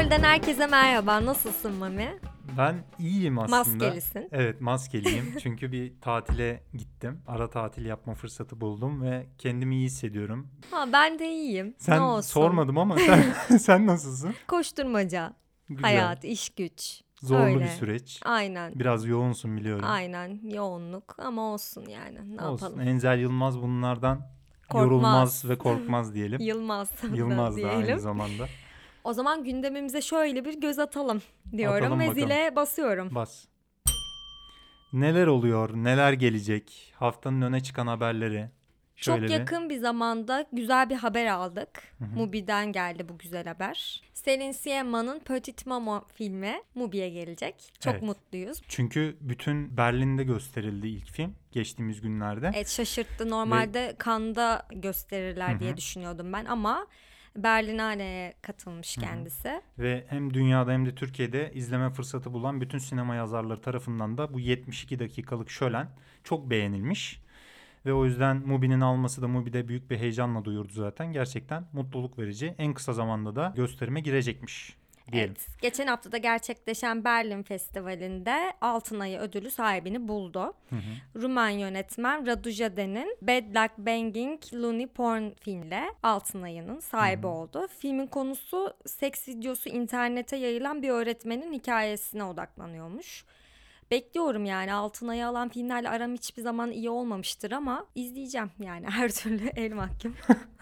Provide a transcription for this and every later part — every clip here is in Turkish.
Benden herkese merhaba. Nasılsın Mami? Ben iyiyim aslında. Maskelisin. Evet, maskeliyim. Çünkü bir tatile gittim. Ara tatil yapma fırsatı buldum ve kendimi iyi hissediyorum. Ben de iyiyim. Sen ne olsun. sormadım ama sen nasılsın? Koşturmaca, Güzel. hayat, iş güç. Zorlu Öyle. bir süreç. Aynen. Biraz yoğunsun biliyorum. Aynen. Yoğunluk ama olsun yani. Ne Olsun. yapalım? Enzel Yılmaz bunlardan Korkmaz. yorulmaz ve korkmaz diyelim. Yılmaz Yılmaz da diyelim. aynı zamanda. O zaman gündemimize şöyle bir göz atalım diyorum Atalım ve bakalım. zile basıyorum. Bas. Neler oluyor, neler gelecek? Haftanın öne çıkan haberleri. Şöyle Çok yakın bir zamanda güzel bir haber aldık. Hı hı. Mubi'den geldi bu güzel haber. Celine Sciamma'nın Petit Maman filmi Mubi'ye gelecek. Çok Evet. mutluyuz. Çünkü bütün Berlin'de gösterildi ilk film geçtiğimiz günlerde. Evet, şaşırttı. Normalde Cannes'da gösterirler diye düşünüyordum ben ama Berlinale'ye katılmış kendisi. Ve hem dünyada hem de Türkiye'de izleme fırsatı bulan bütün sinema yazarları tarafından da bu 72 dakikalık şölen çok beğenilmiş. Ve o yüzden Mubi'nin alması da Mubi'de büyük bir heyecanla duyurdu zaten. Gerçekten mutluluk verici. En kısa zamanda da gösterime girecekmiş diyelim. Evet, geçen hafta da gerçekleşen Berlin Festivali'nde Altın Ayı ödülü sahibini buldu. Rumen yönetmen Radu Jade'nin Bad Luck Banging Looney Porn filmiyle Altın Ayı'nın sahibi oldu. Filmin konusu seks videosu internete yayılan bir öğretmenin hikayesine odaklanıyormuş. Bekliyorum yani, Altın Ayı alan filmlerle aram hiçbir zaman iyi olmamıştır ama izleyeceğim yani her türlü el mahkum.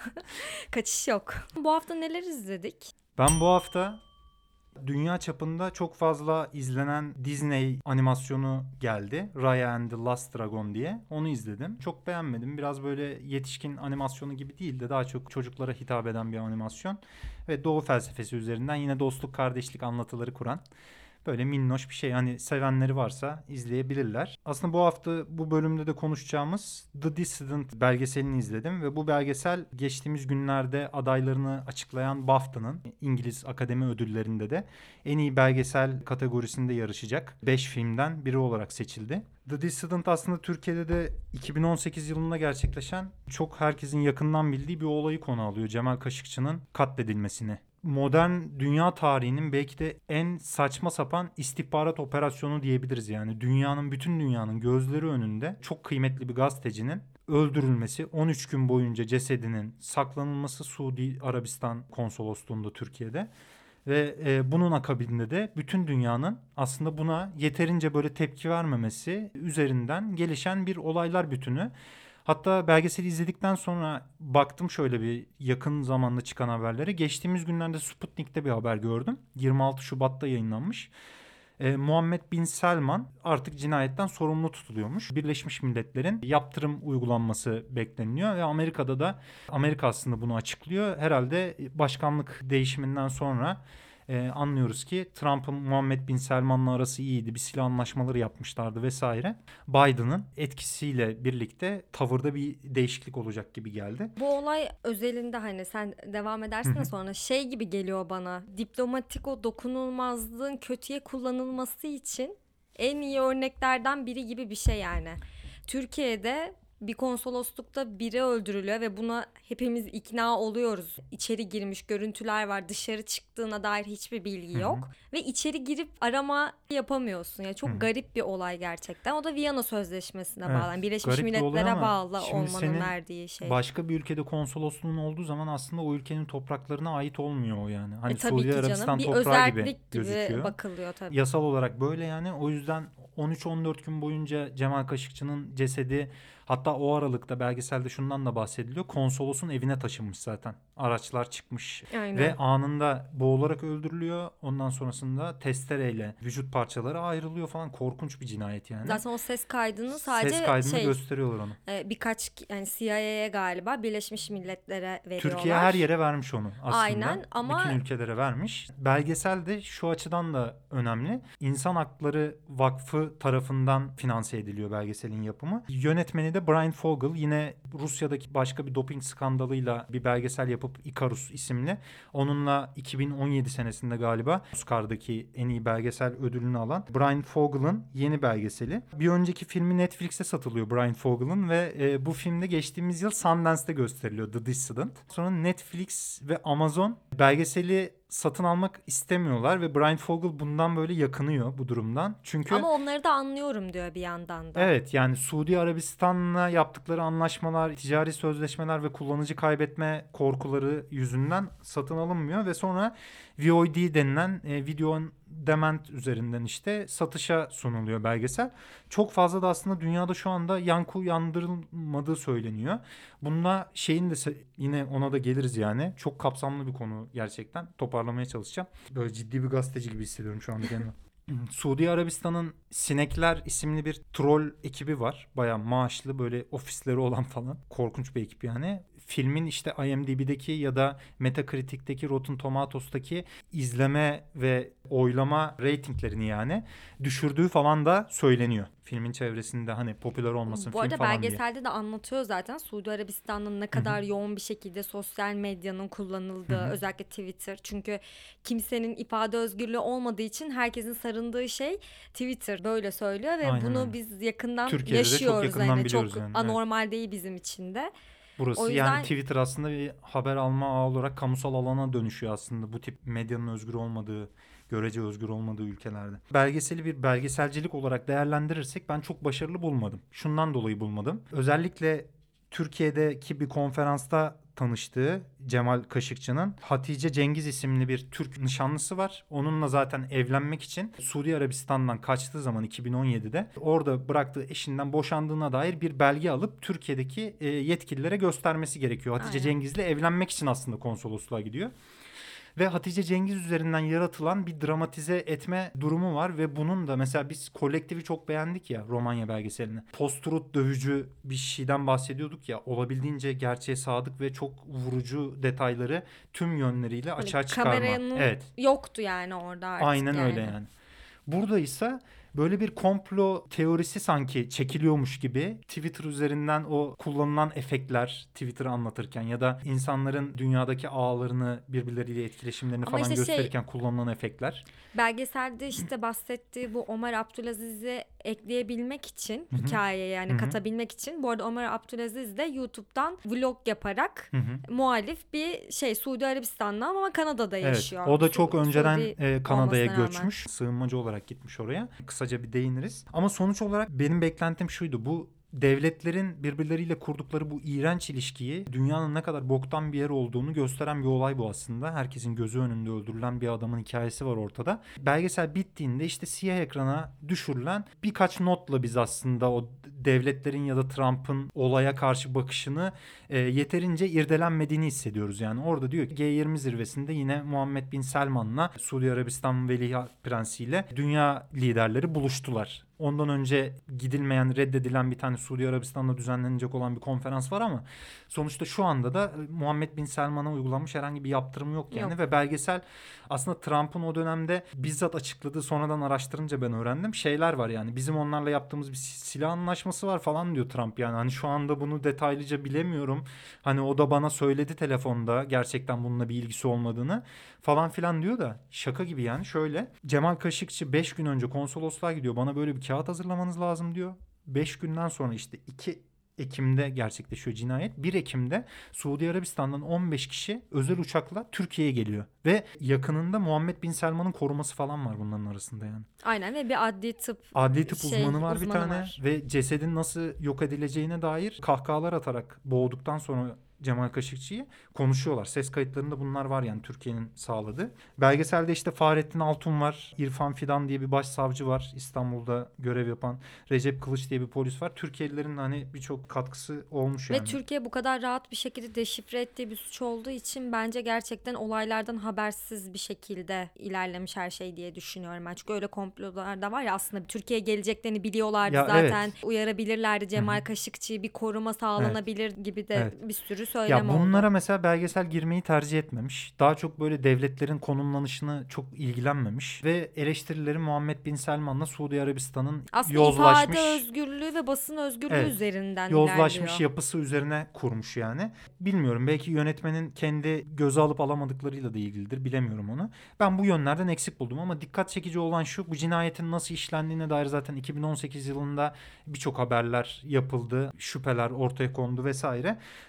Kaçış yok. Bu hafta neler izledik? Ben bu hafta dünya çapında çok fazla izlenen Disney animasyonu geldi. Raya and the Last Dragon diye. Onu izledim. Çok beğenmedim. Biraz böyle yetişkin animasyonu gibi değil de daha çok çocuklara hitap eden bir animasyon. Ve Doğu felsefesi üzerinden yine dostluk, kardeşlik anlatıları kuran böyle minnoş bir şey. Hani sevenleri varsa izleyebilirler. Aslında bu hafta bu bölümde de konuşacağımız The Dissident belgeselini izledim ve bu belgesel geçtiğimiz günlerde adaylarını açıklayan BAFTA'nın İngiliz Akademi Ödülleri'nde de en iyi belgesel kategorisinde yarışacak 5 filmden biri olarak seçildi. The Dissident aslında Türkiye'de de 2018 yılında gerçekleşen çok herkesin yakından bildiği bir olayı konu alıyor. Cemal Kaşıkçı'nın katledilmesini. Modern dünya tarihinin belki de en saçma sapan istihbarat operasyonu diyebiliriz yani. Bütün dünyanın gözleri önünde çok kıymetli bir gazetecinin öldürülmesi, 13 gün boyunca cesedinin saklanılması Suudi Arabistan konsolosluğunda Türkiye'de. Ve bunun akabinde de bütün dünyanın aslında buna yeterince böyle tepki vermemesi üzerinden gelişen bir olaylar bütünü. Hatta belgeseli izledikten sonra baktım şöyle bir yakın zamanda çıkan haberlere. Geçtiğimiz günlerde Sputnik'te bir haber gördüm. 26 Şubat'ta yayınlanmış. Muhammed Bin Selman artık cinayetten sorumlu tutuluyormuş. Birleşmiş Milletler'in yaptırım uygulanması bekleniyor ve Amerika aslında bunu açıklıyor. Herhalde başkanlık değişiminden sonra anlıyoruz ki Trump'ın Muhammed Bin Selman'la arası iyiydi. Bir silah anlaşmaları yapmışlardı vesaire. Biden'ın etkisiyle birlikte tavırda bir değişiklik olacak gibi geldi. Bu olay özelinde hani sen devam edersin de sonra şey gibi geliyor bana. Diplomatik o dokunulmazlığın kötüye kullanılması için en iyi örneklerden biri gibi bir şey yani. Türkiye'de bir konsoloslukta biri öldürülüyor ve buna hepimiz ikna oluyoruz. İçeri girmiş görüntüler var. Dışarı çıktığına dair hiçbir bilgi yok. Ve içeri girip arama yapamıyorsun. Yani çok garip bir olay gerçekten. O da Viyana Sözleşmesi'ne bağlı. Yani Birleşmiş Milletler'e bağlı olmanın verdiği şey. Başka bir ülkede konsolosluğun olduğu zaman aslında o ülkenin topraklarına ait olmuyor o yani. Hani tabii Suudi ki Arabistan canım. Bir toprağı gibi özellik gözüküyor. bakılıyor tabii. Yasal olarak böyle yani. O yüzden 13-14 gün boyunca Cemal Kaşıkçı'nın cesedi, hatta o aralıkta belgeselde şundan da bahsediliyor. Konsolosun evine taşınmış zaten. Araçlar çıkmış. Aynen. Ve anında boğularak öldürülüyor. Ondan sonrasında testereyle vücut parçaları ayrılıyor falan. Korkunç bir cinayet yani. Zaten o ses kaydını sadece ses kaydını gösteriyorlar onu. Birkaç yani CIA'ye galiba Birleşmiş Milletler'e veriyorlar. Türkiye her yere vermiş onu aslında. Aynen ama bütün ülkelere vermiş. Belgesel de şu açıdan da önemli. İnsan Hakları Vakfı tarafından finanse ediliyor belgeselin yapımı. Yönetmeni de Brian Fogel, yine Rusya'daki başka bir doping skandalıyla bir belgesel yapıp Icarus isimli. Onunla 2017 senesinde galiba Oscar'daki en iyi belgesel ödülünü alan Brian Fogel'ın yeni belgeseli. Bir önceki filmi Netflix'te satılıyor Brian Fogel'ın ve bu filmde geçtiğimiz yıl Sundance'te gösteriliyor, The Dissident. Sonra Netflix ve Amazon belgeseli satın almak istemiyorlar ve Brian Fogel bundan böyle yakınıyor bu durumdan. Çünkü Ama onları da anlıyorum diyor bir yandan da. evet, yani Suudi Arabistan'la yaptıkları anlaşmalar, ticari sözleşmeler ve kullanıcı kaybetme korkuları yüzünden satın alınmıyor ve sonra VOD denilen Video on Demand üzerinden işte satışa sunuluyor belgesel. Çok fazla da aslında dünyada şu anda yankı uyandırılmadığı söyleniyor. Bununla şeyin de yine ona da geliriz yani. Çok kapsamlı bir konu gerçekten. Toparlamaya çalışacağım. Böyle ciddi bir gazeteci gibi hissediyorum şu anda kendimi. Suudi Arabistan'ın Sinekler isimli bir troll ekibi var. Bayağı maaşlı, böyle ofisleri olan falan. Korkunç bir ekip yani. Filmin işte IMDb'deki ya da Metacritic'teki, Rotten Tomatoes'taki izleme ve oylama ratinglerini yani düşürdüğü falan da söyleniyor. Filmin çevresinde hani popüler olmasın Bu film arada falan diye. belgeselde de anlatıyor zaten Suudi Arabistan'ın ne kadar yoğun bir şekilde sosyal medyanın kullanıldığı, özellikle Twitter. Çünkü kimsenin ifade özgürlüğü olmadığı için herkesin sarındığı şey Twitter, böyle söylüyor ve Aynen bunu öyle. biz yakından Türkiye'de de çok yaşıyoruz. yakından Yani biliyoruz çok yani. anormal değil bizim için de. Burası O yüzden yani Twitter aslında bir haber alma ağı olarak kamusal alana dönüşüyor aslında bu tip medyanın özgür olmadığı, görece özgür olmadığı ülkelerde. Belgeseli bir belgeselcilik olarak değerlendirirsek ben çok başarılı bulmadım. Şundan dolayı bulmadım. Özellikle Türkiye'deki bir konferansta tanıştığı Cemal Kaşıkçı'nın Hatice Cengiz isimli bir Türk nişanlısı var. Onunla zaten evlenmek için Suudi Arabistan'dan kaçtığı zaman 2017'de orada bıraktığı eşinden boşandığına dair bir belge alıp Türkiye'deki yetkililere göstermesi gerekiyor. Hatice Aynen. Cengiz'le evlenmek için aslında konsolosluğa gidiyor. Ve Hatice Cengiz üzerinden yaratılan bir dramatize etme durumu var ve bunun da mesela biz Kolektif'i çok beğendik ya, Romanya belgeselini. Post-truth dövücü bir şeyden bahsediyorduk ya, olabildiğince gerçeğe sadık ve çok vurucu detayları tüm yönleriyle hani açığa çıkarma. kameranın Evet. yoktu yani orada artık Aynen yani. öyle yani. Burada ise böyle bir komplo teorisi sanki çekiliyormuş gibi Twitter üzerinden o kullanılan efektler Twitter'ı anlatırken ya da insanların dünyadaki ağlarını, birbirleriyle etkileşimlerini Ama falan işte gösterirken kullanılan efektler. Belgeselde işte bahsettiği bu Ömer Abdülaziz'i ekleyebilmek için hikayeye yani katabilmek için, bu arada Ömer Abdülaziz de YouTube'dan vlog yaparak muhalif bir Suudi Arabistan'da ama Kanada'da yaşıyor. Evet, o da çok önceden Suudi Kanada'ya olmasına rağmen. göçmüş. Sığınmacı olarak gitmiş oraya. Kısaca bir değiniriz. Ama sonuç olarak benim beklentim şuydu. Bu devletlerin birbirleriyle kurdukları bu iğrenç ilişkiyi, dünyanın ne kadar boktan bir yer olduğunu gösteren bir olay bu aslında. Herkesin gözü önünde öldürülen bir adamın hikayesi var ortada. Belgesel bittiğinde işte siyah ekrana düşürülen birkaç notla biz aslında o devletlerin ya da Trump'ın olaya karşı bakışını yeterince irdelenmediğini hissediyoruz. Yani orada diyor ki G20 zirvesinde yine Muhammed Bin Selman'la Suudi Arabistan Veliaht Prensi ile dünya liderleri buluştular. Ondan önce gidilmeyen, reddedilen bir tane Suudi Arabistan'da düzenlenecek olan bir konferans var ama sonuçta şu anda da Muhammed Bin Selman'a uygulanmış herhangi bir yaptırım yok yani. Yok. Ve belgesel aslında Trump'ın o dönemde bizzat açıkladığı, sonradan araştırınca ben öğrendim, şeyler var yani. Bizim onlarla yaptığımız bir silah anlaşması var falan diyor Trump yani. Hani şu anda bunu detaylıca bilemiyorum. Hani o da bana söyledi telefonda gerçekten bununla bir ilgisi olmadığını falan filan diyor da şaka gibi yani. Şöyle, Cemal Kaşıkçı 5 gün önce konsolosluğa gidiyor, bana böyle bir kağıt hazırlamanız lazım diyor. 5 günden sonra işte 2 Ekim'de gerçekleşiyor cinayet. 1 Ekim'de Suudi Arabistan'dan 15 kişi özel uçakla Türkiye'ye geliyor. Ve yakınında Muhammed Bin Selman'ın koruması falan var bunların arasında yani. Aynen, ve bir adli tıp uzmanı var bir tane var. ve cesedin nasıl yok edileceğine dair kahkahalar atarak boğduktan sonra Cemal Kaşıkçı'yı konuşuyorlar. Ses kayıtlarında bunlar var yani, Türkiye'nin sağladığı. Belgeselde işte Fahrettin Altun var. İrfan Fidan diye bir başsavcı var. İstanbul'da görev yapan. Recep Kılıç diye bir polis var. Türkiye'lilerin hani birçok katkısı olmuş yani. Ve Türkiye bu kadar rahat bir şekilde deşifre ettiği bir suç olduğu için bence gerçekten olaylardan habersiz bir şekilde ilerlemiş her şey diye düşünüyorum ben. Çünkü öyle komplolar da var ya, aslında Türkiye'ye geleceklerini biliyorlardı Ya zaten. evet. Uyarabilirlerdi Cemal Kaşıkçı'yı, bir koruma sağlanabilir gibi de Evet. bir sürü Ya söylem oldu. bunlara mesela belgesel girmeyi tercih etmemiş. Daha çok böyle devletlerin konumlanışını çok ilgilenmemiş. Ve eleştirileri Muhammed Bin Selman'la Suudi Arabistan'ın Aslında yozlaşmış, ifade özgürlüğü ve basın özgürlüğü evet, üzerinden yozlaşmış ilerliyor. yapısı üzerine kurmuş yani. Bilmiyorum, belki yönetmenin kendi göze alıp alamadıklarıyla da ilgilidir. Bilemiyorum onu. Ben bu yönlerden eksik buldum ama dikkat çekici olan şu: bu cinayetin nasıl işlendiğine dair zaten 2018 yılında birçok haberler yapıldı. Şüpheler ortaya kondu vesaire. Burada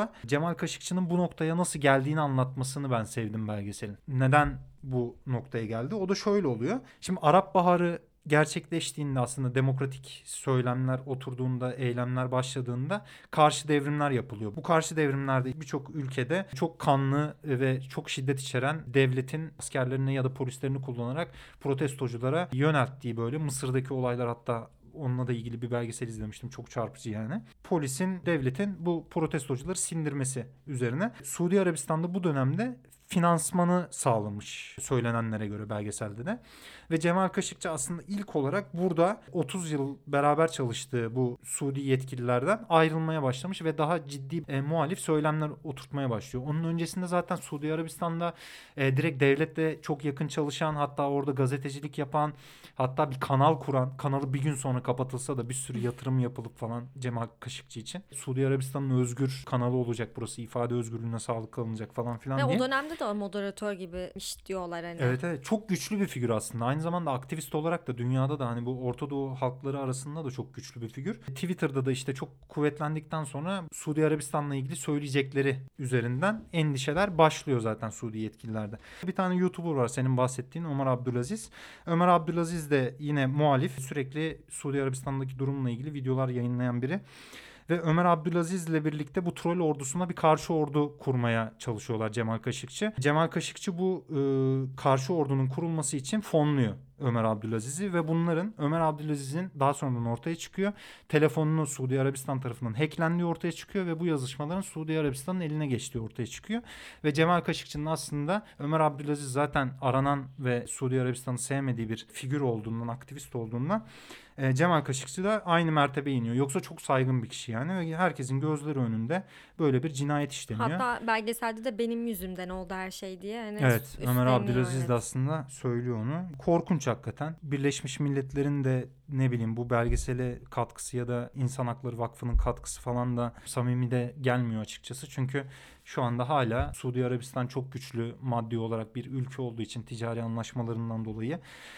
burada Cemal Kaşıkçı'nın bu noktaya nasıl geldiğini anlatmasını ben sevdim belgeselin. Neden bu noktaya geldi? O da şöyle oluyor. Şimdi Arap Baharı gerçekleştiğinde, aslında demokratik söylemler oturduğunda, eylemler başladığında karşı devrimler yapılıyor. Bu karşı devrimlerde birçok ülkede çok kanlı ve çok şiddet içeren devletin askerlerini ya da polislerini kullanarak protestoculara yönelttiği, böyle Mısır'daki olaylar, hatta onunla da ilgili bir belgesel izlemiştim. Çok çarpıcı yani. Polisin, devletin bu protestocuları sindirmesi üzerine. Suudi Arabistan'da bu dönemde finansmanı sağlamış söylenenlere göre belgeselde de. Ve Cemal Kaşıkçı aslında ilk olarak burada 30 yıl beraber çalıştığı bu Suudi yetkililerden ayrılmaya başlamış ve daha ciddi muhalif söylemler oturtmaya başlıyor. Onun öncesinde zaten Suudi Arabistan'da direkt devletle çok yakın çalışan, hatta orada gazetecilik yapan, hatta bir kanal kuran, kanalı bir gün sonra kapatılsa da bir sürü yatırım yapılıp falan Cemal Kaşıkçı için. Suudi Arabistan'ın özgür kanalı olacak burası, ifade özgürlüğüne sağlık kalınacak falan filan Ve diye. o dönemde de moderatör gibi diyorlar hani. Evet evet, çok güçlü bir figür aslında. Aynı zamanda aktivist olarak da dünyada da hani bu Orta Doğu halkları arasında da çok güçlü bir figür. Twitter'da da işte çok kuvvetlendikten sonra Suudi Arabistan'la ilgili söyleyecekleri üzerinden endişeler başlıyor zaten Suudi yetkililerde. Bir tane YouTuber var senin bahsettiğin, Ömer Abdülaziz. Ömer Abdülaziz de yine muhalif, sürekli Suudi Arabistan'daki durumla ilgili videolar yayınlayan biri. Ve Ömer Abdülaziz ile birlikte bu troll ordusuna bir karşı ordu kurmaya çalışıyorlar Cemal Kaşıkçı. Cemal Kaşıkçı bu karşı ordunun kurulması için fonluyor Ömer Abdülaziz'i ve bunların, Ömer Abdülaziz'in daha sonradan ortaya çıkıyor, telefonunu Suudi Arabistan tarafından hacklendiği ortaya çıkıyor ve bu yazışmaların Suudi Arabistan'ın eline geçtiği ortaya çıkıyor. Ve Cemal Kaşıkçı'nın aslında Ömer Abdülaziz zaten aranan ve Suudi Arabistan'ı sevmediği bir figür olduğundan, aktivist olduğundan Cemal Kaşıkçı da aynı mertebeye iniyor. Yoksa çok saygın bir kişi yani ve herkesin gözleri önünde böyle bir cinayet işleniyor. Hatta belgeselde de benim yüzümden oldu her şey diye. Hani Evet, Ömer Abdülaziz evet. de aslında söylüyor onu. Korkunç hakikaten. Birleşmiş Milletler'in de ne bileyim bu belgesele katkısı ya da İnsan Hakları Vakfı'nın katkısı falan da samimi de gelmiyor açıkçası. Çünkü şu anda hala Suudi Arabistan çok güçlü maddi olarak bir ülke olduğu için, ticari anlaşmalarından dolayı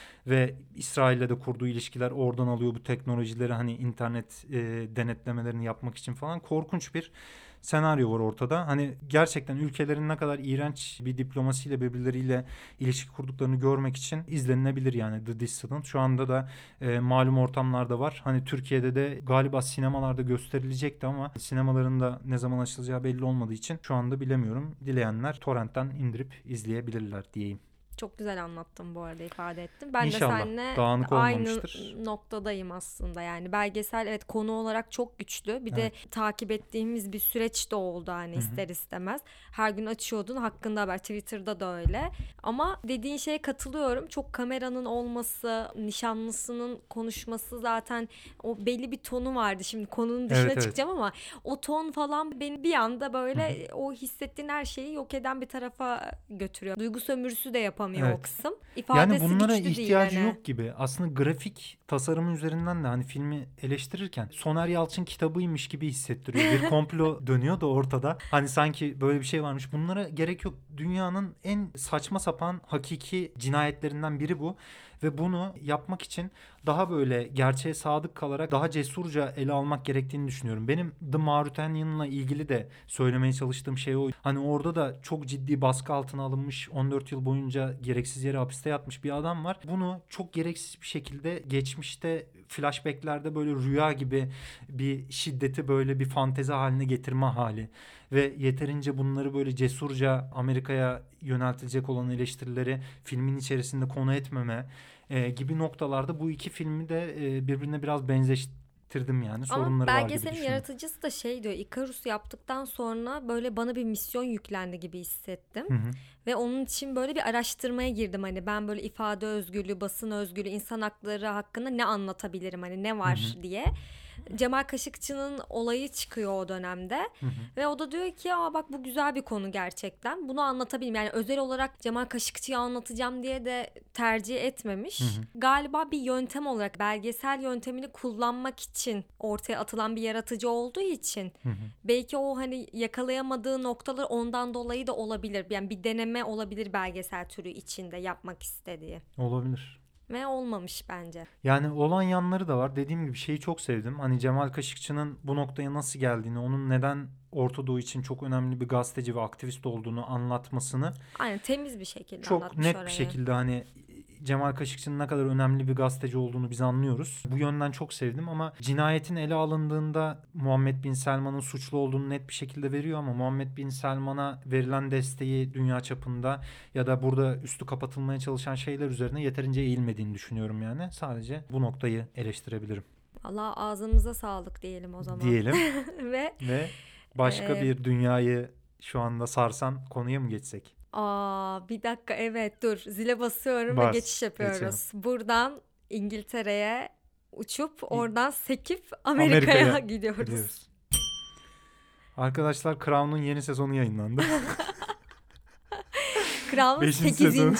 ve İsrail'le de kurduğu ilişkiler, oradan alıyor bu teknolojileri, hani internet denetlemelerini yapmak için falan. Korkunç bir senaryo var ortada. Hani gerçekten ülkelerin ne kadar iğrenç bir diplomasiyle birbirleriyle ilişki kurduklarını görmek için izlenilebilir yani The Dissident. Şu anda da malum ortamlarda var. Hani Türkiye'de de galiba sinemalarda gösterilecekti ama sinemaların da ne zaman açılacağı belli olmadığı için şu anda bilemiyorum. Dileyenler torrentten indirip izleyebilirler diyeyim. Çok güzel anlattım bu arada, ifade ettim. Ben İnşallah de seninle dağınık aynı olmamıştır. noktadayım aslında. Yani belgesel evet konu olarak çok güçlü. Bir Evet. de takip ettiğimiz bir süreç de oldu hani ister istemez. Her gün açıyordun, hakkında haber, Twitter'da da öyle. Ama dediğin şeye katılıyorum. Çok kameranın olması, nişanlısının konuşması, zaten o belli bir tonu vardı. Şimdi konunun dışına Evet, evet. çıkacağım ama o ton falan beni bir anda böyle o hissettiğin her şeyi yok eden bir tarafa götürüyor. Duygu sömürüsü de yapamıyor Evet. o kısım. Yani İfadesi bunlara güçlü değil ihtiyacı hani. yok gibi. Aslında grafik tasarımı üzerinden de hani filmi eleştirirken Soner Yalçın kitabıymış gibi hissettiriyor. Bir komplo dönüyor da ortada. Hani sanki böyle bir şey varmış. Bunlara gerek yok. Dünyanın en saçma sapan hakiki cinayetlerinden biri bu. Ve bunu yapmak için daha böyle gerçeğe sadık kalarak daha cesurca ele almak gerektiğini düşünüyorum. Benim The Mauritanian'la ilgili de söylemeye çalıştığım şey o. Hani orada da çok ciddi baskı altına alınmış, 14 yıl boyunca gereksiz yere hapiste yatmış bir adam var. Bunu çok gereksiz bir şekilde geçmişte flashbacklerde böyle rüya gibi bir şiddeti böyle bir fantezi haline getirme hali. Ve yeterince bunları böyle cesurca Amerika'ya yöneltilecek olan eleştirileri filmin içerisinde konu etmeme gibi noktalarda bu iki filmi de birbirine biraz benzeştirdim yani. Ama Sorunları var gibi belgeselin düşünüyorum. yaratıcısı da şey diyor. Icarus yaptıktan sonra böyle bana bir misyon yüklendi gibi hissettim. Hı hı. Ve onun için böyle bir araştırmaya girdim. Hani ben böyle ifade özgürlüğü, basın özgürlüğü, insan hakları hakkında ne anlatabilirim, hani ne var diye. Cemal Kaşıkçı'nın olayı çıkıyor o dönemde. Ve o da diyor ki aa bak bu güzel bir konu gerçekten. Bunu anlatabilirim. Yani özel olarak Cemal Kaşıkçı'yı anlatacağım diye de tercih etmemiş. Galiba bir yöntem olarak belgesel yöntemini kullanmak için ortaya atılan bir yaratıcı olduğu için belki o hani yakalayamadığı noktalar ondan dolayı da olabilir. Yani bir deneme olabilir belgesel türü içinde yapmak istediği. Olabilir. ve olmamış bence. Yani olan yanları da var. Dediğim gibi şeyi çok sevdim. Hani Cemal Kaşıkçı'nın bu noktaya nasıl geldiğini, onun neden Orta Doğu için çok önemli bir gazeteci ve aktivist olduğunu anlatmasını Aynen, temiz bir şekilde çok anlatmış net bir orayı. şekilde hani Cemal Kaşıkçı'nın ne kadar önemli bir gazeteci olduğunu biz anlıyoruz. Bu yönden çok sevdim ama cinayetin ele alındığında Muhammed Bin Selman'ın suçlu olduğunu net bir şekilde veriyor ama Muhammed Bin Selman'a verilen desteği dünya çapında ya da burada üstü kapatılmaya çalışan şeyler üzerine yeterince eğilmediğini düşünüyorum yani. Sadece bu noktayı eleştirebilirim. Allah ağzımıza sağlık diyelim o zaman. Diyelim Ve ve başka e, bir dünyayı şu anda sarsan konuya mı geçsek? bir dakika, evet, dur, zile basıyorum ve Bas, geçiş yapıyoruz. Buradan İngiltere'ye uçup oradan sekip Amerika'ya Amerika'ya gidiyoruz. Arkadaşlar Crown'un yeni sezonu yayınlandı. Kral'ın 5. sezonu.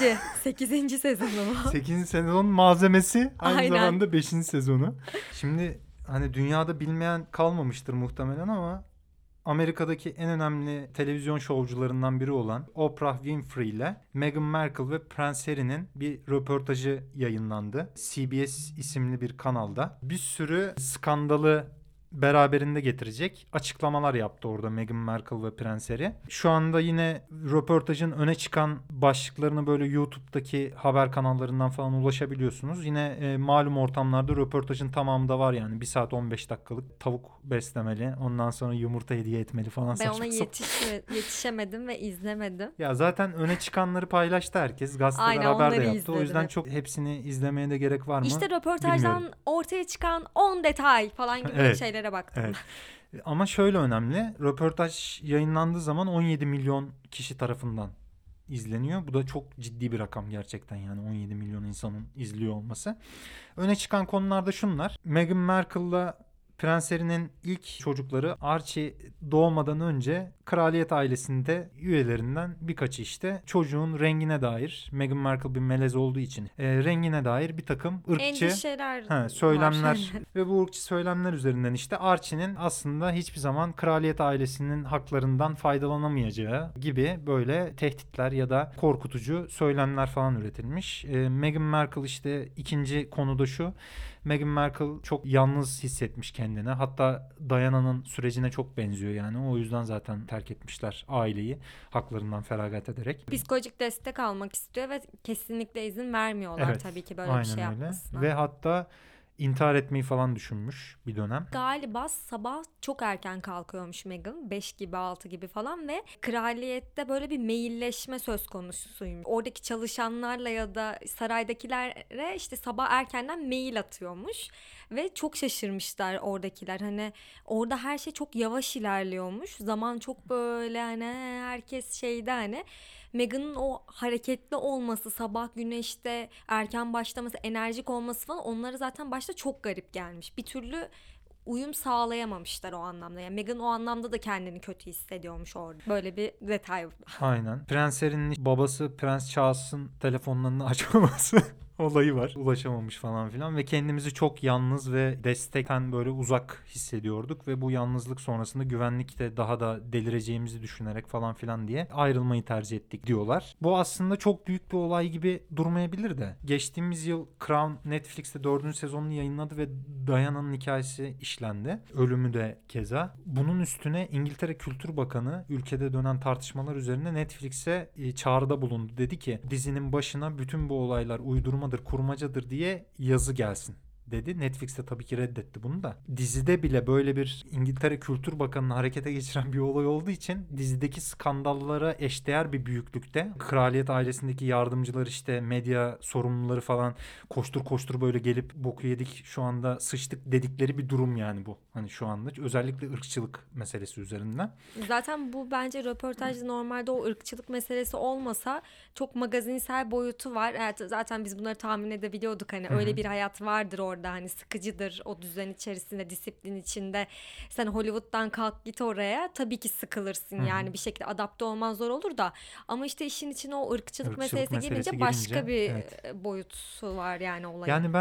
8. sezonu bu. 8. sezon malzemesi aynı Aynen. zamanda 5. sezonu. Şimdi hani dünyada bilmeyen kalmamıştır muhtemelen ama Amerika'daki en önemli televizyon şovcularından biri olan Oprah Winfrey ile Meghan Markle ve Prens Harry'nin bir röportajı yayınlandı. CBS isimli bir kanalda. Bir sürü skandalı beraberinde getirecek açıklamalar yaptı orada Meghan Markle ve Prens Harry. Şu anda yine röportajın öne çıkan başlıklarını böyle YouTube'daki haber kanallarından falan ulaşabiliyorsunuz. Yine malum ortamlarda röportajın tamamı da var yani. 1 saat 15 dakikalık tavuk beslemeli. Ondan sonra yumurta hediye etmeli falan. Ben saçma ona sapan. yetişemedim ve izlemedim. Ya zaten öne çıkanları paylaştı herkes. Gazeteler Aynen, haber de onları yaptı. O izledim yüzden hep. çok hepsini izlemeye de gerek var mı? İşte röportajdan bilmiyorum. ortaya çıkan 10 detay falan gibi Evet, şeylere baktım. evet. Ama şöyle önemli. Röportaj yayınlandığı zaman 17 milyon kişi tarafından izleniyor. Bu da çok ciddi bir rakam gerçekten yani 17 milyon insanın izliyor olması. Öne çıkan konularda şunlar. Meghan Markle'la Prens Harry'nin ilk çocukları Archie doğmadan önce kraliyet ailesinde üyelerinden birkaçı işte çocuğun rengine dair, Meghan Markle bir melez olduğu için rengine dair bir takım ırkçı Endişeler söylemler var. ve bu ırkçı söylemler üzerinden işte Archie'nin aslında hiçbir zaman kraliyet ailesinin haklarından faydalanamayacağı gibi böyle tehditler ya da korkutucu söylemler falan üretilmiş. Meghan Markle işte ikinci konuda şu. Meghan Markle çok yalnız hissetmiş kendini. Hatta Diana'nın sürecine çok benziyor yani. O yüzden zaten terk etmişler aileyi haklarından feragat ederek. Psikolojik destek almak istiyor ve kesinlikle izin vermiyorlar Evet, tabii ki böyle bir aynen şey öyle. yapmasına. Ve hatta intihar etmeyi falan düşünmüş bir dönem. Galiba sabah çok erken kalkıyormuş Meghan. 5 gibi 6 gibi falan ve kraliyette böyle bir mailleşme söz konusuymuş. Oradaki çalışanlarla ya da saraydakilere işte sabah erkenden mail atıyormuş. Ve çok şaşırmışlar oradakiler. Hani orada her şey çok yavaş ilerliyormuş. Zaman çok böyle hani herkes şeyde hani Meghan'ın o hareketli olması, sabah güneşte erken başlaması, enerjik olması falan onlara zaten başta çok garip gelmiş. Bir türlü uyum sağlayamamışlar o anlamda. Yani Meghan o anlamda da kendini kötü hissediyormuş orada. Böyle bir detay. Aynen. Prens Harry'nin babası Prens Charles'ın telefonlarını açmaması olayı var. Ulaşamamış falan filan ve kendimizi çok yalnız ve destekten böyle uzak hissediyorduk ve bu yalnızlık sonrasında güvenlikte daha da delireceğimizi düşünerek falan filan diye ayrılmayı tercih ettik diyorlar. Bu aslında çok büyük bir olay gibi durmayabilir de. Geçtiğimiz yıl Crown Netflix'te 4. sezonunu yayınladı ve Diana'nın hikayesi işlendi. Ölümü de keza. Bunun üstüne İngiltere Kültür Bakanı ülkede dönen tartışmalar üzerine Netflix'e çağrıda bulundu. Dedi ki dizinin başına bütün bu olaylar uydurmadır, kurmacadır diye yazı gelsin dedi. Netflix de tabii ki reddetti bunu da. Dizide bile böyle bir İngiltere Kültür Bakanı'nı harekete geçiren bir olay olduğu için dizideki skandallara eşdeğer bir büyüklükte kraliyet ailesindeki yardımcılar işte medya sorumluları falan koştur koştur böyle gelip boku yedik şu anda sıçtık dedikleri bir durum yani bu. Hani şu anda özellikle ırkçılık meselesi üzerinden. Zaten bu bence röportajda normalde o ırkçılık meselesi olmasa çok magazinsel boyutu var. Evet, zaten biz bunları tahmin edebiliyorduk. Hani öyle bir hayat vardır orada. Hani sıkıcıdır o düzen içerisinde, disiplin içinde. Sen Hollywood'dan kalk git oraya. Tabii ki sıkılırsın yani bir şekilde adapte olman zor olur da. Ama işte işin içine o ırkçılık meselesi gelince başka bir evet. boyutu var yani olayın. Yani ben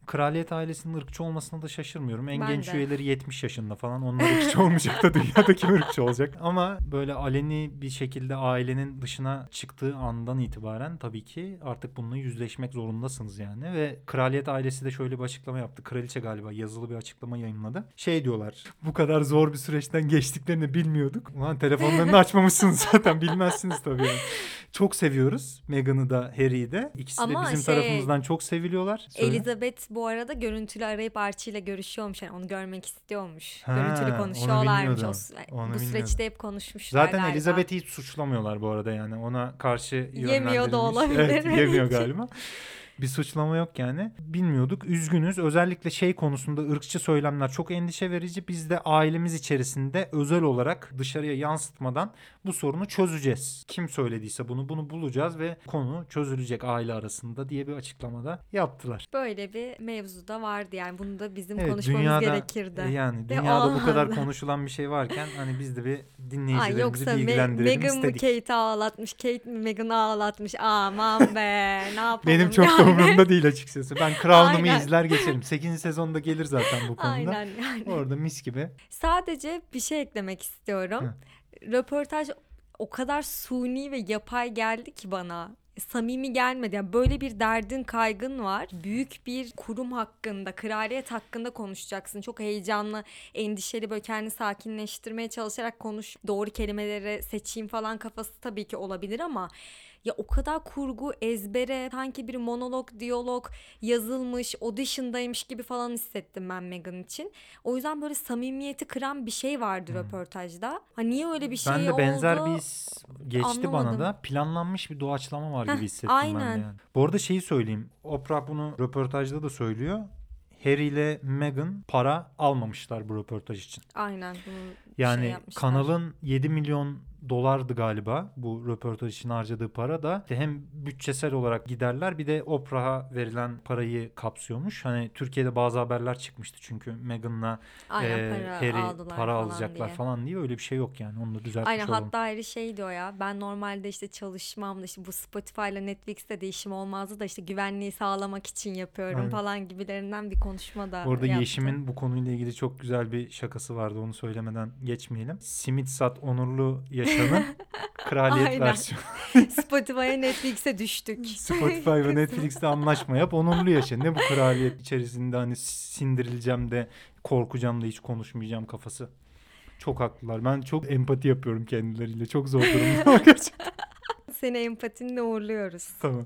Kraliyet ailesinin ırkçı olmasına da şaşırmıyorum. En Ben genç de. üyeleri 70 yaşında falan. Onlar ırkçı olmayacak da dünyada kim ırkçı olacak? Ama böyle aleni bir şekilde ailenin dışına çıktığı andan itibaren tabii ki artık bununla yüzleşmek zorundasınız yani. Ve kraliyet ailesi de şöyle bir açıklama yaptı. Kraliçe galiba yazılı bir açıklama yayınladı. Şey diyorlar, bu kadar zor bir süreçten geçtiklerini bilmiyorduk. Ulan telefonlarını açmamışsınız zaten, bilmezsiniz tabii. Yani. Çok seviyoruz Meghan'ı da Harry'i de. İkisi Ama de bizim tarafımızdan çok seviliyorlar. Söyle. Elizabeth bu arada görüntülü arayıp Archie ile görüşüyormuş. Yani onu görmek istiyormuş. Ha, Görüntülü onu konuşuyorlarmış. bilmiyordum. Onu Bu süreçte hep konuşmuşlar Zaten galiba. Elizabeth'i hiç suçlamıyorlar bu arada yani. Ona karşı yönlendirilmiş. Yemiyor da olabilir. Evet, yemiyor galiba. Bir suçlama yok yani. Bilmiyorduk. Üzgünüz. Özellikle şey konusunda ırkçı söylemler çok endişe verici. Biz de ailemiz içerisinde özel olarak dışarıya yansıtmadan bu sorunu çözeceğiz. Kim söylediyse bunu bulacağız ve konu çözülecek aile arasında diye bir açıklamada yaptılar. Böyle bir mevzu da vardı yani. Bunu da bizim Evet, konuşmamız gerekirdi. Yani Ve dünyada bu kadar olmadı. konuşulan bir şey varken hani biz de bir Ay dinleyicilerimizi yoksa bilgilendirelim Meghan mı istedik. Kate'i ağlatmış, Kate mi Meghan'ı ağlatmış? Aman be, ne yapalım Benim çok da yani. umurumda değil açıkçası. Ben Crown'umu Aynen. izler geçerim. 8. sezonda gelir zaten bu konuda. Aynen yani. Orada mis gibi. Sadece bir şey eklemek istiyorum. Hı. Röportaj o kadar suni ve yapay geldi ki bana. Samimi gelmedi. Yani böyle bir derdin, kaygın var. Büyük bir kurum hakkında, kraliyet hakkında konuşacaksın. Çok heyecanlı, endişeli, böyle kendini sakinleştirmeye çalışarak konuş. Doğru kelimeleri seçeyim falan kafası tabii ki olabilir ama ya o kadar kurgu, ezbere, sanki bir monolog, diyalog yazılmış, audition'daymış gibi falan hissettim ben Meghan için. O yüzden böyle samimiyeti kıran bir şey vardı röportajda. Ha niye öyle bir şey Ben de benzer oldu? bir his geçti Anlamadım. bana da. Planlanmış bir doğaçlama var Heh, gibi hissettim ben de aynen. yani. Bu arada şeyi söyleyeyim. Oprah bunu röportajda da söylüyor. Harry ile Meghan para almamışlar bu röportaj için. Aynen bunu Yani yapmışlar. kanalın 7 milyon dolardı galiba bu röportaj için harcadığı para da hem bütçesel olarak giderler bir de Oprah'a verilen parayı kapsıyormuş. Hani Türkiye'de bazı haberler çıkmıştı çünkü Meghan'la Aynen para Harry aldılar para falan alacaklar diye. falan diye öyle bir şey yok yani. Onu da düzeltmiş Aynen olalım. hatta Harry şey diyor ya, ben normalde işte çalışmamda işte bu Spotify ile Netflix'te de işim olmazdı da işte güvenliği sağlamak için yapıyorum Aynen. falan gibilerinden bir konuşma da Orada yaptı. Yeşim'in bu konuyla ilgili çok güzel bir şakası vardı. Onu söylemeden geçmeyelim. Simit Sat Onurlu Yaşan'ın kraliyet Aynen. versiyonu. Spotify'a Netflix'e düştük. Spotify ve Netflix'te anlaşma yap. Onurlu yaşa. Ne bu kraliyet içerisinde hani sindirileceğim de korkacağım da hiç konuşmayacağım kafası. Çok haklılar. Ben çok empati yapıyorum kendileriyle. Çok zor durumda gerçekten. Seni empatinle uğurluyoruz. Tamam.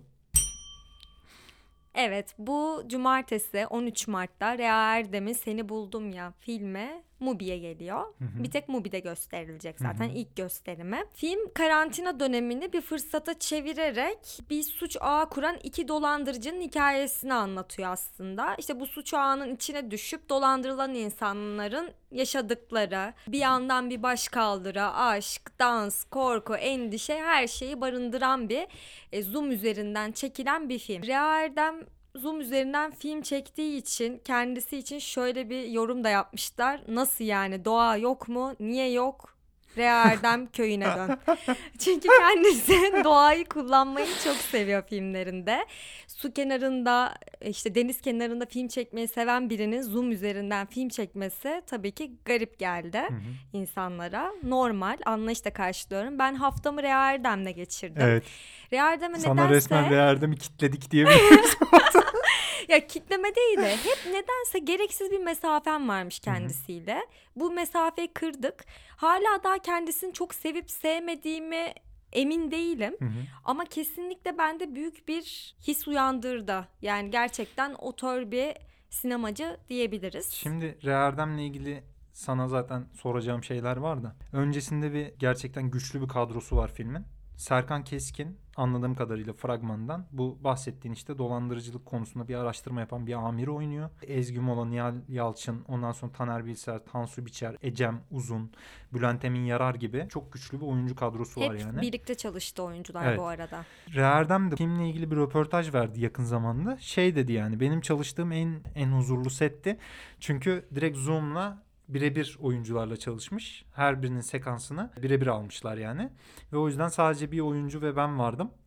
Evet, bu cumartesi 13 Mart'ta Rea Erdem'in Seni Buldum Ya filmi Mubi'ye geliyor. Bir tek Mubi'de gösterilecek zaten ilk gösterimi. Film karantina dönemini bir fırsata çevirerek bir suç ağı kuran iki dolandırıcının hikayesini anlatıyor aslında. İşte bu suç ağının içine düşüp dolandırılan insanların yaşadıkları, bir yandan bir başkaldırı, aşk, dans, korku, endişe her şeyi barındıran bir Zoom üzerinden çekilen bir film. Rea Erdem Zoom üzerinden film çektiği için kendisi için şöyle bir yorum da yapmışlar. Nasıl yani, doğa yok mu? Niye yok? Rea Erdem köyüne dön. Çünkü kendisi doğayı kullanmayı çok seviyor filmlerinde. Su kenarında, işte deniz kenarında film çekmeyi seven birinin Zoom üzerinden film çekmesi tabii ki garip geldi insanlara. Normal, anlayışla karşılıyorum. Ben haftamı Rea Erdem'le geçirdim. Evet. Rea Erdem'e Sana nedense... resmen Rea Erdem'i kitledik diyebiliriz. Ya kitleme değil de hep nedense gereksiz bir mesafem varmış kendisiyle. Bu mesafeyi kırdık. Hala daha kendisini çok sevip sevmediğimi emin değilim. Ama kesinlikle bende büyük bir his uyandırdı. Yani gerçekten otör bir sinemacı diyebiliriz. Şimdi Rea Erdem'le ilgili sana zaten soracağım şeyler var da. Öncesinde bir gerçekten güçlü bir kadrosu var filmin. Serkan Keskin anladığım kadarıyla fragmandan bu bahsettiğin işte dolandırıcılık konusunda bir araştırma yapan bir amiri oynuyor. Ezgi Mola, Nihal Yalçın, ondan sonra Taner Bilser, Tansu Biçer, Ecem Uzun, Bülent Emin Yarar gibi çok güçlü bir oyuncu kadrosu var yani. Hep birlikte çalıştı oyuncular Evet. bu arada. Rea Erdem de filmle ilgili bir röportaj verdi yakın zamanda. Şey dedi yani benim çalıştığım en huzurlu setti. Çünkü direkt Zoom'la birebir oyuncularla çalışmış. Her birinin sekansını birebir almışlar yani. Ve o yüzden sadece bir oyuncu ve ben vardım.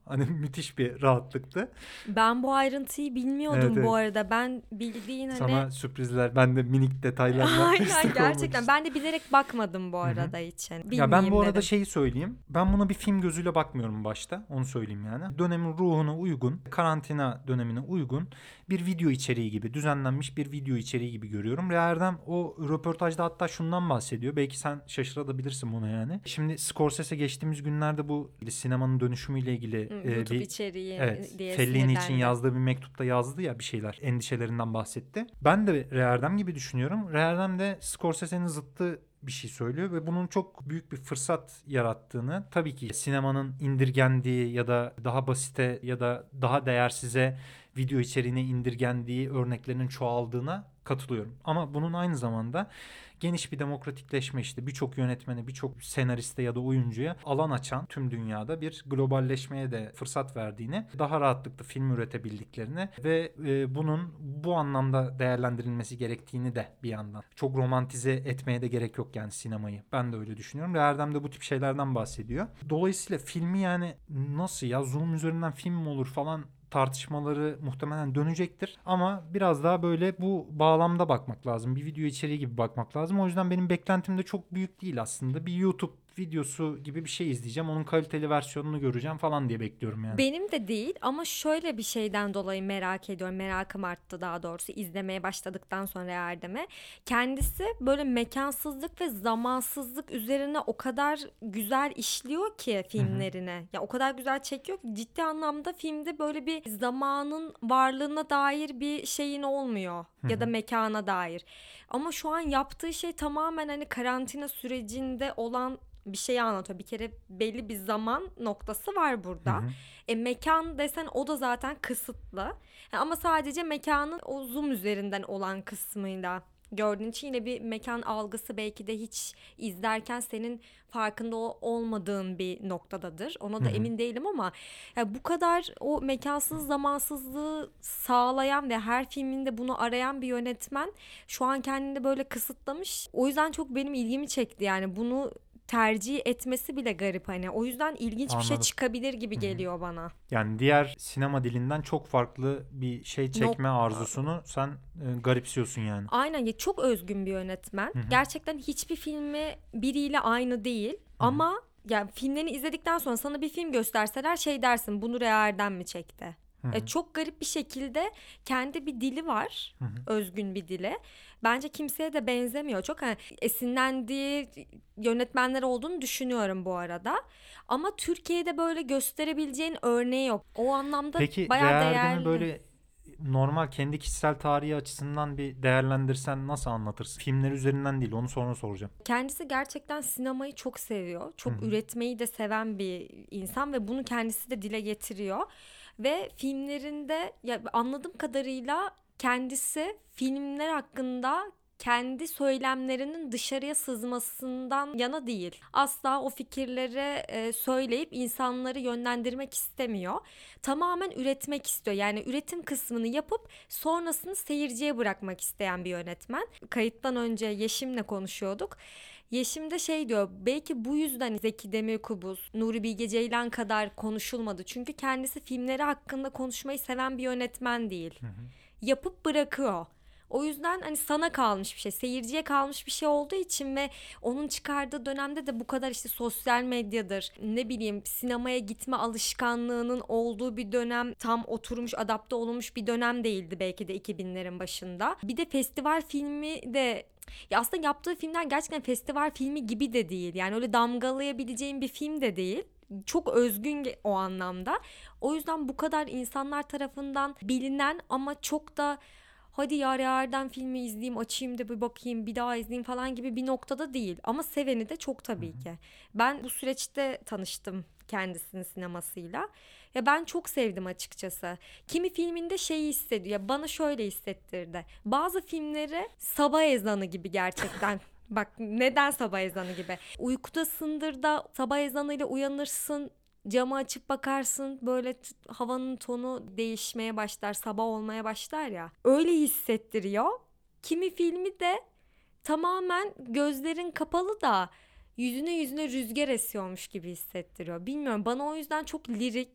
Hani müthiş bir rahatlıktı. Ben bu ayrıntıyı bilmiyordum Evet, bu evet. arada. Ben bildiğin hani Sana sürprizler, ben de minik detaylarla aynen destek olmak gerçekten. istedim. Ben de bilerek bakmadım bu Hı hı. arada hiç. Yani Ya ben bu bilmeyeyim arada dedim. şeyi söyleyeyim. Ben buna bir film gözüyle bakmıyorum başta. Onu söyleyeyim yani. Dönemin ruhuna uygun, karantina dönemine uygun bir video içeriği gibi, düzenlenmiş bir video içeriği gibi görüyorum. Rea Erdem o röportajda hatta şundan bahsediyor. Belki sen şaşırabilirsin buna yani. Şimdi Scorsese geçtiğimiz günlerde bu sinemanın dönüşümüyle ilgili YouTube bir içeriği evet, diye Fellini için sinirlendi. yazdığı bir mektupta yazdı ya bir şeyler. Endişelerinden bahsetti. Ben de Rea Erdem gibi düşünüyorum. Rea Erdem de Scorsese'nin zıttı bir şey söylüyor ve bunun çok büyük bir fırsat yarattığını, tabii ki sinemanın indirgendiği ya da daha basite ya da daha değersize video içeriğine indirgendiği örneklerinin çoğaldığına katılıyorum. Ama bunun aynı zamanda geniş bir demokratikleşme, işte birçok yönetmene, birçok senariste ya da oyuncuya alan açan, tüm dünyada bir globalleşmeye de fırsat verdiğini, daha rahatlıkla film üretebildiklerini ve bunun bu anlamda değerlendirilmesi gerektiğini de bir yandan. Çok romantize etmeye de gerek yok yani sinemayı. Ben de öyle düşünüyorum. Ve Erdem de bu tip şeylerden bahsediyor. Dolayısıyla filmi yani nasıl ya, Zoom üzerinden film mi olur falan tartışmaları muhtemelen dönecektir. Ama biraz daha böyle bu bağlamda bakmak lazım. Bir video içeriği gibi bakmak lazım. O yüzden benim beklentim de çok büyük değil aslında. Bir YouTube videosu gibi bir şey izleyeceğim. Onun kaliteli versiyonunu göreceğim falan diye bekliyorum yani. Benim de değil ama şöyle bir şeyden dolayı merak ediyorum. Merakım arttı daha doğrusu izlemeye başladıktan sonra Erdem'e. Kendisi böyle mekansızlık ve zamansızlık üzerine o kadar güzel işliyor ki filmlerine. Ya o kadar güzel çekiyor ki ciddi anlamda filmde böyle bir zamanın varlığına dair bir şeyin olmuyor. Ya da mekana dair. Ama şu an yaptığı şey tamamen hani karantina sürecinde olan bir şeyi anlatıyor. Bir kere belli bir zaman noktası var burada. Mekan desen o da zaten kısıtlı. Ama sadece mekanın o zoom üzerinden olan kısmıyla gördüğün için yine bir mekan algısı belki de hiç izlerken senin farkında olmadığın bir noktadadır. Ona da emin değilim ama ya bu kadar o mekansız zamansızlığı sağlayan ve her filminde bunu arayan bir yönetmen şu an kendini böyle kısıtlamış. O yüzden çok benim ilgimi çekti yani bunu tercih etmesi bile garip hani. O yüzden ilginç bir şey Anladım. çıkabilir gibi geliyor bana. Yani diğer sinema dilinden çok farklı bir şey çekme arzusunu sen garipsiyorsun yani. Aynen ya çok özgün bir yönetmen. Gerçekten hiçbir filmi biriyle aynı değil. Ama ya filmlerini izledikten sonra sana bir film gösterseler şey dersin bunu Rea Erdem mi çekti? Çok garip bir şekilde kendi bir dili var. Özgün bir dili. Bence kimseye de benzemiyor. Çok hani esinlendiği yönetmenler olduğunu düşünüyorum bu arada. Ama Türkiye'de böyle gösterebileceğin örneği yok. O anlamda Peki Rea bayağı Erdem'i değerli. böyle normal kendi kişisel tarihi açısından bir değerlendirsen nasıl anlatırsın? Filmler üzerinden değil, onu sonra soracağım. Kendisi gerçekten sinemayı çok seviyor. Çok üretmeyi de seven bir insan ve bunu kendisi de dile getiriyor. Ve filmlerinde ya anladığım kadarıyla kendisi filmler hakkında kendi söylemlerinin dışarıya sızmasından yana değil. Asla o fikirleri söyleyip insanları yönlendirmek istemiyor. Tamamen üretmek istiyor. Yani üretim kısmını yapıp sonrasını seyirciye bırakmak isteyen bir yönetmen. Kayıttan önce Yeşim'le konuşuyorduk. Yeşim de şey diyor, belki bu yüzden Zeki Demirkubuz, Nuri Bilge Ceylan kadar konuşulmadı. Çünkü kendisi filmleri hakkında konuşmayı seven bir yönetmen değil. Yapıp bırakıyor. O yüzden hani sana kalmış bir şey, seyirciye kalmış bir şey olduğu için ve onun çıkardığı dönemde de bu kadar işte sosyal medyadır, ne bileyim sinemaya gitme alışkanlığının olduğu bir dönem, tam oturmuş, adapte olunmuş bir dönem değildi belki de 2000'lerin başında. Bir de festival filmi de ya aslında yaptığı filmler gerçekten festival filmi gibi de değil. Yani öyle damgalayabileceğim bir film de değil. Çok özgün o anlamda. O yüzden bu kadar insanlar tarafından bilinen ama çok da hadi ya Rea Erdem filmi izleyeyim, açayım da bir bakayım, bir daha izleyeyim falan gibi bir noktada değil. Ama seveni de çok tabii ki. Ben bu süreçte tanıştım kendisinin sinemasıyla. Ya ben çok sevdim açıkçası. Kimi filminde şeyi hissediyor. Ya bana şöyle hissettirdi. Bazı filmleri sabah ezanı gibi gerçekten. Bak neden sabah ezanı gibi? Uykudasındır da sabah ezanıyla uyanırsın. Camı açıp bakarsın böyle havanın tonu değişmeye başlar, sabah olmaya başlar ya. Öyle hissettiriyor. Kimi filmi de tamamen gözlerin kapalı da yüzüne rüzgar esiyormuş gibi hissettiriyor. Bilmiyorum, bana o yüzden çok lirik,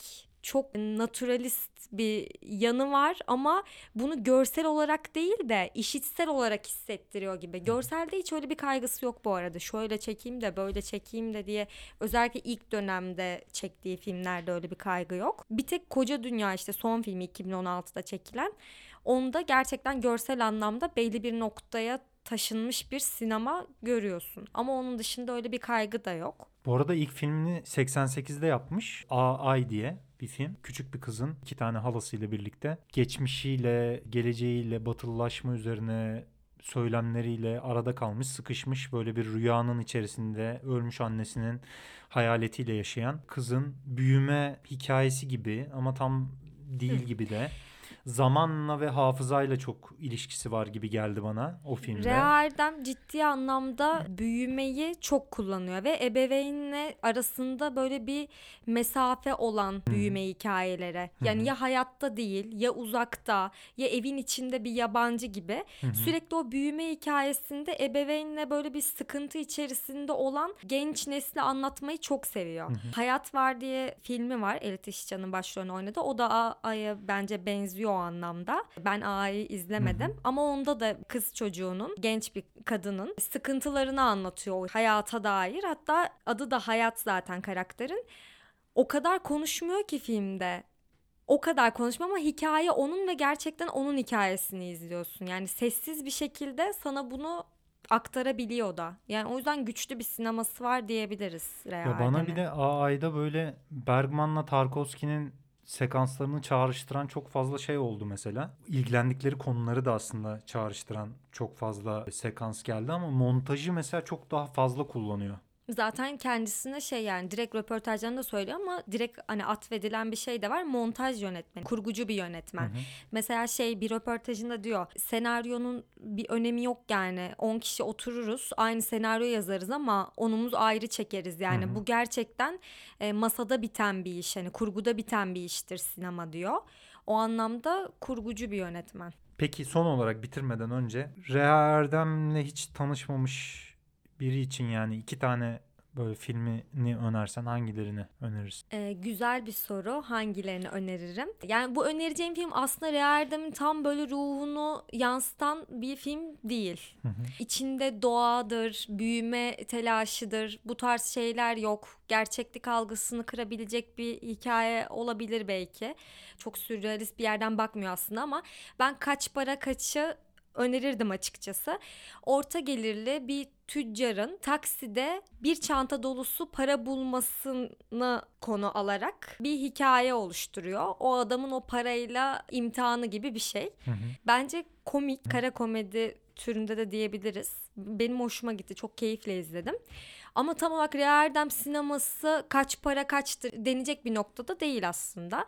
çok naturalist bir yanı var ama bunu görsel olarak değil de işitsel olarak hissettiriyor gibi. Görselde hiç öyle bir kaygısı yok bu arada. Şöyle çekeyim de böyle çekeyim de diye, özellikle ilk dönemde çektiği filmlerde öyle bir kaygı yok. Bir tek Koca Dünya, işte son filmi 2016'da çekilen, onda gerçekten görsel anlamda belli bir noktaya taşınmış bir sinema görüyorsun. Ama onun dışında öyle bir kaygı da yok. Bu arada ilk filmini 88'de yapmış. A.I. diye bir film. Küçük bir kızın 2 tane halasıyla birlikte geçmişiyle, geleceğiyle, batılılaşma üzerine söylemleriyle arada kalmış, sıkışmış, böyle bir rüyanın içerisinde ölmüş annesinin hayaletiyle yaşayan kızın büyüme hikayesi gibi ama tam değil gibi de. Zamanla ve hafızayla çok ilişkisi var gibi geldi bana o filmde. Rea Erdem ciddi anlamda büyümeyi çok kullanıyor ve ebeveynle arasında böyle bir mesafe olan büyüme hikayeleri. Yani ya hayatta değil, ya uzakta, ya evin içinde bir yabancı gibi. Sürekli o büyüme hikayesinde ebeveynle böyle bir sıkıntı içerisinde olan genç nesli anlatmayı çok seviyor. Hayat Var diye filmi var. Elit İşcan'ın başrolünü oynadı. O da A'ya bence benziyor o anlamda. Ben A'yı izlemedim ama onda da kız çocuğunun, genç bir kadının sıkıntılarını anlatıyor hayata dair. Hatta adı da Hayat zaten karakterin. O kadar konuşmuyor ki filmde. O kadar konuşma ama hikaye onun ve gerçekten onun hikayesini izliyorsun. Yani sessiz bir şekilde sana bunu aktarabiliyor da. Yani o yüzden güçlü bir sineması var diyebiliriz Rea Ya bana Erdem'in. bir de A.I.'da böyle Bergman'la Tarkovski'nin sekanslarını çağrıştıran çok fazla şey oldu mesela. İlgilendikleri konuları da aslında çağrıştıran çok fazla sekans geldi ama montajı mesela çok daha fazla kullanıyor. Zaten kendisine yani direkt röportajlarında söylüyor ama direkt hani atfedilen bir şey de var. Montaj yönetmeni, kurgucu bir yönetmen. Mesela bir röportajında diyor, senaryonun bir önemi yok yani. 10 kişi otururuz, aynı senaryo yazarız ama onumuz ayrı çekeriz yani. Bu gerçekten masada biten bir iş, hani kurguda biten bir iştir sinema diyor. O anlamda kurgucu bir yönetmen. Peki son olarak bitirmeden önce Rea Erdem'le hiç tanışmamış biri için yani 2 tane böyle filmini önersen hangilerini önerirsin? Güzel bir soru. Hangilerini öneririm? Yani bu önereceğim film aslında Rea Erdem'in tam böyle ruhunu yansıtan bir film değil. İçinde doğadır, büyüme telaşıdır, bu tarz şeyler yok. Gerçeklik algısını kırabilecek bir hikaye olabilir belki. Çok sürrealist bir yerden bakmıyor aslında ama ben Kaç Para Kaç'ı önerirdim açıkçası. Orta gelirli bir tüccarın takside bir çanta dolusu para bulmasını konu alarak bir hikaye oluşturuyor. O adamın o parayla imtihanı gibi bir şey. Bence komik, kara komedi türünde de diyebiliriz. Benim hoşuma gitti. Çok keyifle izledim. Ama tam olarak Rea Erdem sineması kaç para kaçtır denecek bir noktada değil aslında.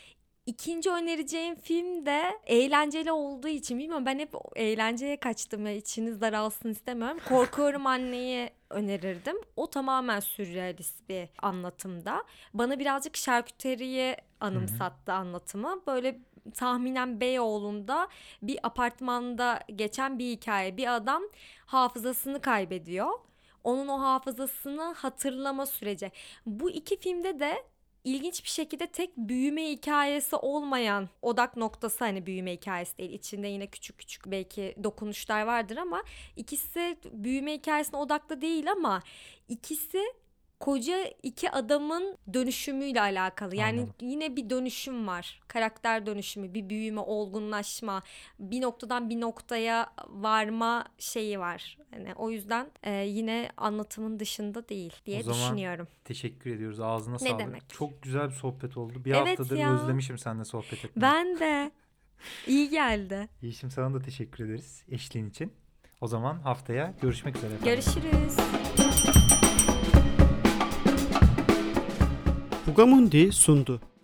İkinci önereceğim film de eğlenceli olduğu için, bilmiyorum, ben hep eğlenceye kaçtım ve içiniz daralsın istemiyorum. Korkuyorum Anne'yi önerirdim. O tamamen sürrealist bir anlatımda. Bana birazcık Şarküteri'yi anımsattı anlatımı. Böyle tahminen Beyoğlu'nda bir apartmanda geçen bir hikaye. Bir adam hafızasını kaybediyor. Onun o hafızasını hatırlama süreci. Bu iki filmde de İlginç bir şekilde tek büyüme hikayesi olmayan, odak noktası hani büyüme hikayesi değil. İçinde yine küçük küçük belki dokunuşlar vardır ama ikisi büyüme hikayesine odaklı değil ama ikisi koca iki adamın dönüşümüyle alakalı. Yani Anladım. yine bir dönüşüm var. Karakter dönüşümü, bir büyüme, olgunlaşma, bir noktadan bir noktaya varma şeyi var. Yani o yüzden yine anlatımın dışında değil diye O zaman düşünüyorum. teşekkür ediyoruz. Ağzına Ne sağlık. demek? Çok güzel bir sohbet oldu. Bir Evet haftadır ya. özlemişim seninle sohbet etmeyi. Ben de. İyi geldi. Yeşim, sana da teşekkür ederiz eşliğin için. O zaman haftaya görüşmek üzere efendim. Görüşürüz. Fugamundi sundu.